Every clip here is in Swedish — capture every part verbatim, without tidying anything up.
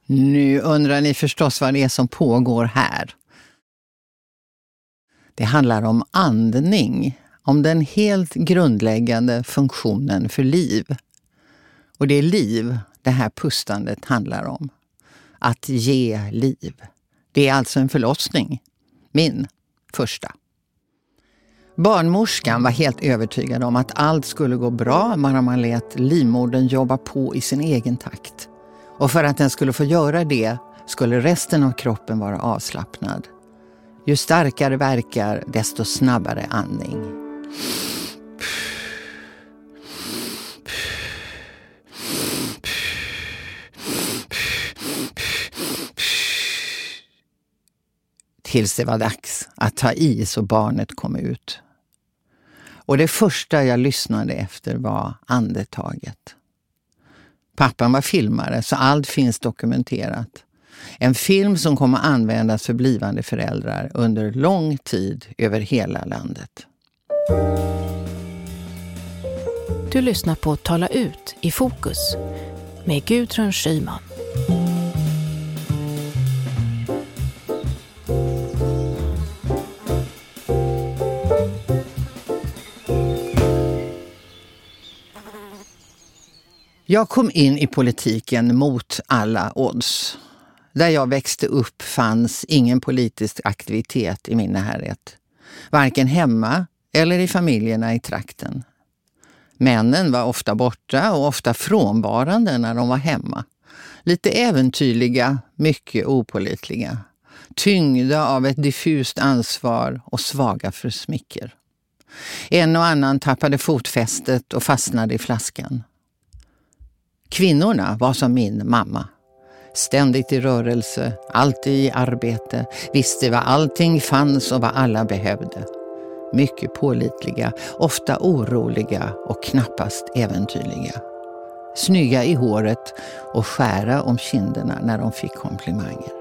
Nu undrar ni förstås vad det är som pågår här. Det handlar om andning, om den helt grundläggande funktionen för liv. Och det är liv det här pustandet handlar om. Att ge liv. Det är alltså en förlossning. Min första. Barnmorskan var helt övertygad om att allt skulle gå bra bara man lät livmodern jobba på i sin egen takt. Och för att den skulle få göra det skulle resten av kroppen vara avslappnad. Ju starkare verkar, desto snabbare andning. Tills det var dags att ta i så barnet kom ut. Och det första jag lyssnade efter var andetaget. Pappan var filmare så allt finns dokumenterat. En film som kommer användas för blivande föräldrar under lång tid över hela landet. Du lyssnar på Tala ut i Fokus med Gudrun Schyman. Jag kom in i politiken mot alla odds. Där jag växte upp fanns ingen politisk aktivitet i min närhet. Varken hemma eller i familjerna i trakten. Männen var ofta borta och ofta frånvarande när de var hemma. Lite äventyrliga, mycket opålitliga. Tyngda av ett diffust ansvar och svaga för smicker. En och annan tappade fotfästet och fastnade i flaskan. Kvinnorna var som min mamma. Ständigt i rörelse, alltid i arbete, visste vad allting fanns och vad alla behövde. Mycket pålitliga, ofta oroliga och knappast äventyrliga. Snygga i håret och skära om kinderna när de fick komplimanger.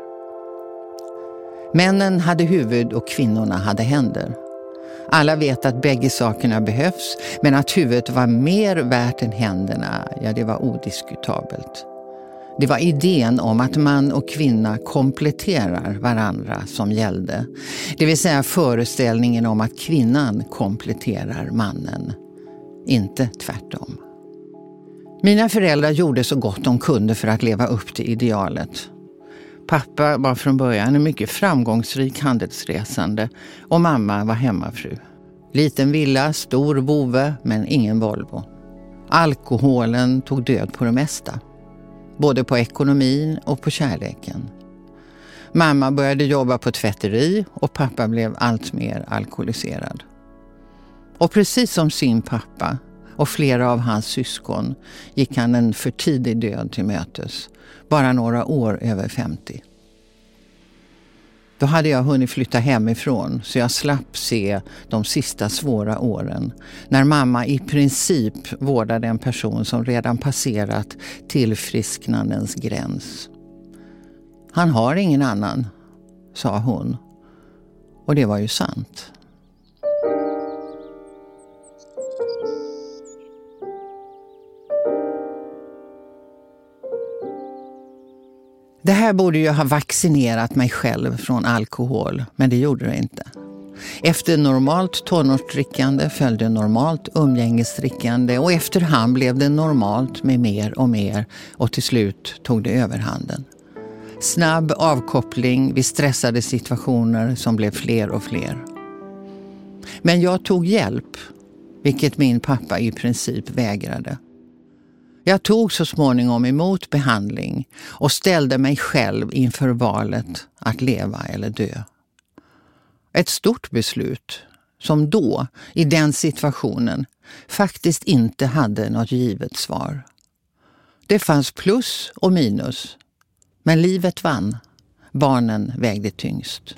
Männen hade huvud och kvinnorna hade händer. Alla vet att bägge sakerna behövs, men att huvudet var mer värt än händerna, ja det var odiskutabelt. Det var idén om att man och kvinna kompletterar varandra som gällde. Det vill säga föreställningen om att kvinnan kompletterar mannen. Inte tvärtom. Mina föräldrar gjorde så gott de kunde för att leva upp till idealet. Pappa var från början en mycket framgångsrik handelsresande och mamma var hemmafru. Liten villa, stor vove men ingen Volvo. Alkoholen tog död på det mesta. Både på ekonomin och på kärleken. Mamma började jobba på tvätteri och pappa blev allt mer alkoholiserad. Och precis som sin pappa och flera av hans syskon gick han en för tidig död till mötes. Bara några år över femtio. Då hade jag hunnit flytta hemifrån så jag slapp se de sista svåra åren. När mamma i princip vårdade en person som redan passerat tillfrisknandens gräns. Han har ingen annan, sa hon. Och det var ju sant. Det här borde ju ha vaccinerat mig själv från alkohol, men det gjorde det inte. Efter normalt tonårsdrickande följde normalt umgängesdrickande och efterhand blev det normalt med mer och mer och till slut tog det överhanden. Snabb avkoppling vid stressade situationer som blev fler och fler. Men jag tog hjälp, vilket min pappa i princip vägrade. Jag tog så småningom emot behandling och ställde mig själv inför valet att leva eller dö. Ett stort beslut som då, i den situationen, faktiskt inte hade något givet svar. Det fanns plus och minus, men livet vann. Barnen vägde tyngst.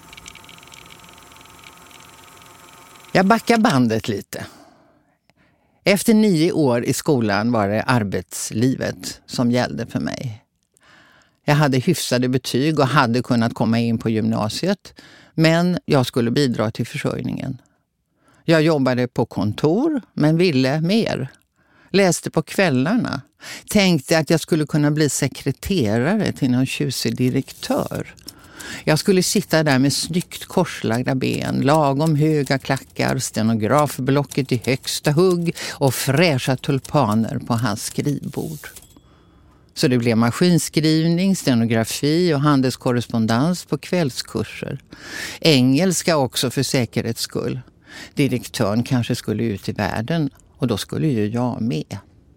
Jag backar bandet lite. Efter nio år i skolan var det arbetslivet som gällde för mig. Jag hade hyfsade betyg och hade kunnat komma in på gymnasiet, men jag skulle bidra till försörjningen. Jag jobbade på kontor, men ville mer. Läste på kvällarna. Tänkte att jag skulle kunna bli sekreterare till någon tjusig direktör. Jag skulle sitta där med snyggt korslagda ben, lagom höga klackar, stenografblocket i högsta hugg och fräscha tulpaner på hans skrivbord. Så det blev maskinskrivning, stenografi och handelskorrespondens på kvällskurser. Engelska också för säkerhets skull. Direktören kanske skulle ut i världen och då skulle ju jag med.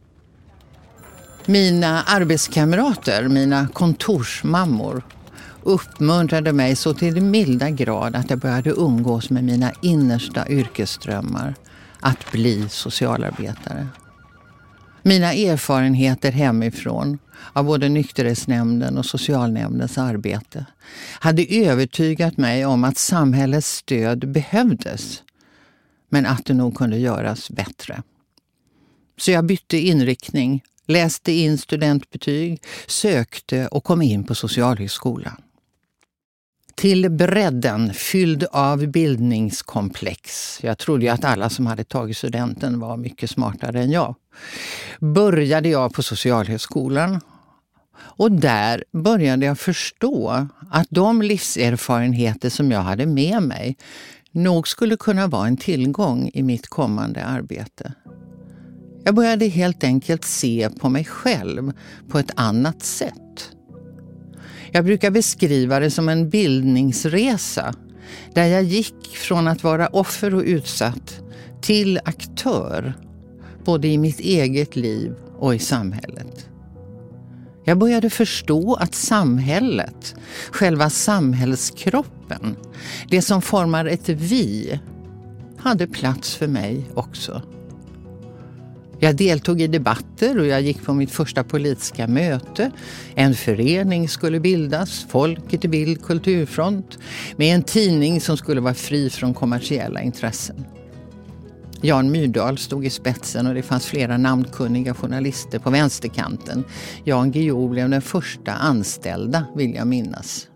Mina arbetskamrater, mina kontorsmammor, uppmuntrade mig så till den milda grad att jag började umgås med mina innersta yrkesdrömmar, att bli socialarbetare. Mina erfarenheter hemifrån av både nykterhetsnämnden och socialnämndens arbete hade övertygat mig om att samhällets stöd behövdes, men att det nog kunde göras bättre. Så jag bytte inriktning, läste in studentbetyg, sökte och kom in på socialhögskolan. Till bredden fylld av bildningskomplex. Jag trodde ju att alla som hade tagit studenten var mycket smartare än jag. Började jag på socialhögskolan och där började jag förstå att de livserfarenheter som jag hade med mig nog skulle kunna vara en tillgång i mitt kommande arbete. Jag började helt enkelt se på mig själv på ett annat sätt. Jag brukar beskriva det som en bildningsresa där jag gick från att vara offer och utsatt till aktör, både i mitt eget liv och i samhället. Jag började förstå att samhället, själva samhällskroppen, det som formar ett vi, hade plats för mig också. Jag deltog i debatter och jag gick på mitt första politiska möte. En förening skulle bildas, Folket i Bild Kulturfront, med en tidning som skulle vara fri från kommersiella intressen. Jan Myrdal stod i spetsen och det fanns flera namnkunniga journalister på vänsterkanten. Jan Guillou blev den första anställda, vill jag minnas.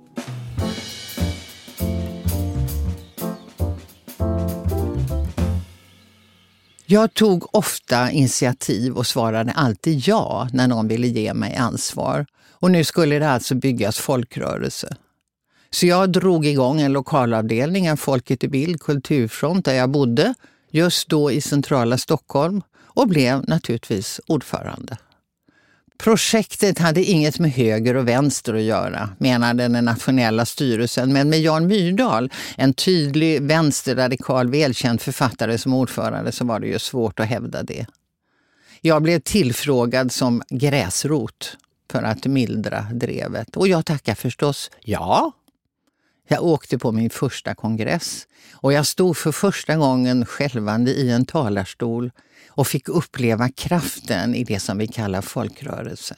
Jag tog ofta initiativ och svarade alltid ja när någon ville ge mig ansvar. Och nu skulle det alltså byggas folkrörelse. Så jag drog igång en lokalavdelning av Folket i Bild Kulturfront där jag bodde, just då i centrala Stockholm, och blev naturligtvis ordförande. Projektet hade inget med höger och vänster att göra, menade den nationella styrelsen, men med Jan Myrdal, en tydlig vänsterradikal välkänd författare som ordförande, så var det ju svårt att hävda det. Jag blev tillfrågad som gräsrot för att mildra drevet, och jag tackar förstås ja. Jag åkte på min första kongress och jag stod för första gången självande i en talarstol och fick uppleva kraften i det som vi kallar folkrörelse.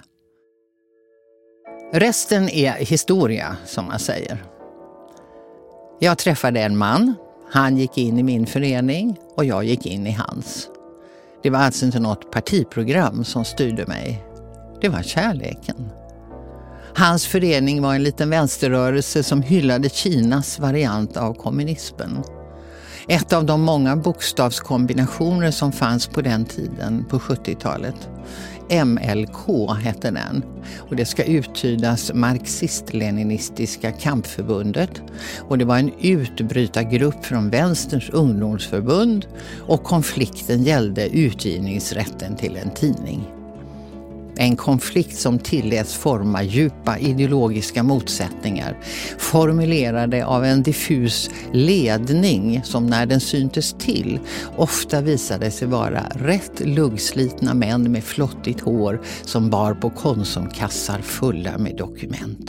Resten är historia, som man säger. Jag träffade en man, han gick in i min förening och jag gick in i hans. Det var alltså inte något partiprogram som styrde mig, det var kärleken. Hans förening var en liten vänsterrörelse som hyllade Kinas variant av kommunismen. Ett av de många bokstavskombinationer som fanns på den tiden, på sjuttiotalet. M L K hette den, och det ska uttydas Marxist-Leninistiska kampförbundet, och det var en utbrytargrupp från Vänsterns ungdomsförbund, och konflikten gällde utgivningsrätten till en tidning. En konflikt som tilläts forma djupa ideologiska motsättningar, formulerade av en diffus ledning som när den syntes till ofta visade sig vara rätt luggslitna män med flottigt hår som bar på konsumkassar fulla med dokument.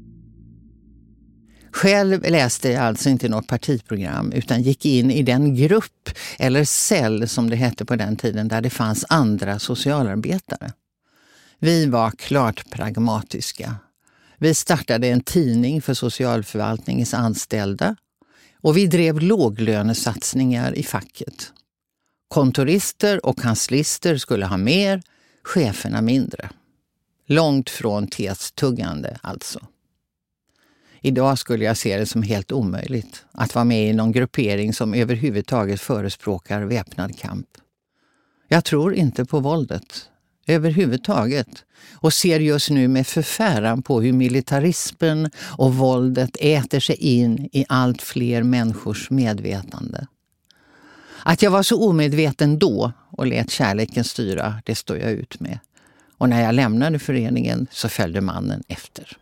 Själv läste jag alltså inte något partiprogram utan gick in i den grupp eller cell som det hette på den tiden där det fanns andra socialarbetare. Vi var klart pragmatiska. Vi startade en tidning för socialförvaltningens anställda och vi drev låglönesatsningar i facket. Kontorister och kanslister skulle ha mer, cheferna mindre. Långt från testuggande alltså. Idag skulle jag se det som helt omöjligt att vara med i någon gruppering som överhuvudtaget förespråkar väpnad kamp. Jag tror inte på våldet överhuvudtaget och ser just nu med förfäran på hur militarismen och våldet äter sig in i allt fler människors medvetande. Att jag var så omedveten då och lät kärleken styra, det står jag ut med. Och när jag lämnade föreningen så följde mannen efter.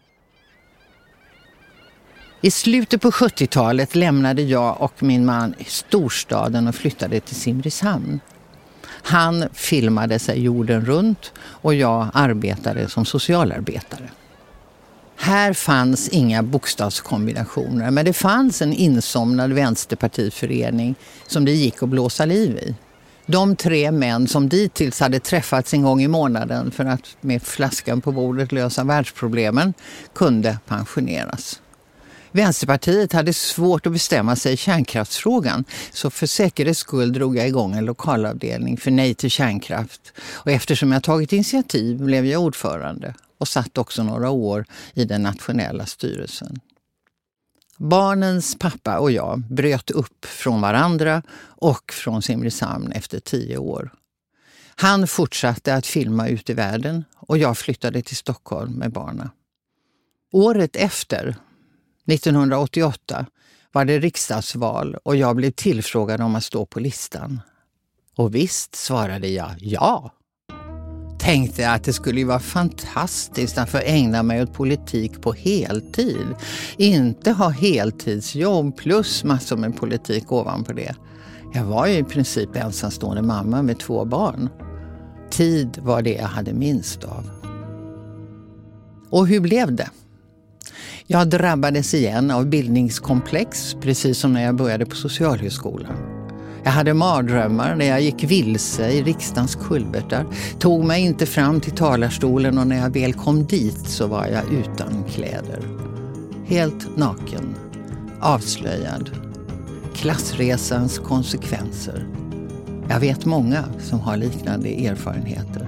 I slutet på sjuttiotalet lämnade jag och min man storstaden och flyttade till Simrishamn. Han filmade sig jorden runt och jag arbetade som socialarbetare. Här fanns inga bokstavskombinationer, men det fanns en insomnad vänsterpartiförening som det gick att blåsa liv i. De tre män som dittills hade träffats en gång i månaden för att med flaskan på bordet lösa världsproblemen kunde pensioneras. Vänsterpartiet hade svårt att bestämma sig i kärnkraftsfrågan, så för säkerhets skull drog jag igång en lokalavdelning för nej till kärnkraft. Och eftersom jag tagit initiativ blev jag ordförande och satt också några år i den nationella styrelsen. Barnens pappa och jag bröt upp från varandra och från Simrishamn efter tio år. Han fortsatte att filma ut i världen och jag flyttade till Stockholm med barnen. Året efter, nittonhundraåttioåtta, var det riksdagsval och jag blev tillfrågad om att stå på listan. Och visst, svarade jag ja. Tänkte att det skulle vara fantastiskt att få ägna mig åt politik på heltid. Inte ha heltidsjobb plus massor med politik ovanpå det. Jag var ju i princip ensamstående mamma med två barn. Tid var det jag hade minst av. Och hur blev det? Jag drabbades igen av bildningskomplex, precis som när jag började på socialhögskolan. Jag hade mardrömmar när jag gick vilse i riksdagens kulvertar, tog mig inte fram till talarstolen och när jag väl kom dit så var jag utan kläder. Helt naken, avslöjad. Klassresans konsekvenser. Jag vet många som har liknande erfarenheter.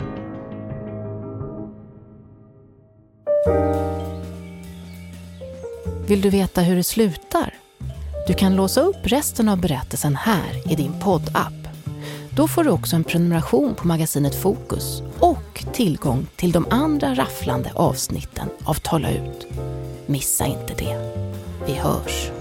Vill du veta hur det slutar? Du kan låsa upp resten av berättelsen här i din poddapp. Då får du också en prenumeration på magasinet Fokus och tillgång till de andra rafflande avsnitten av Tala ut. Missa inte det. Vi hörs.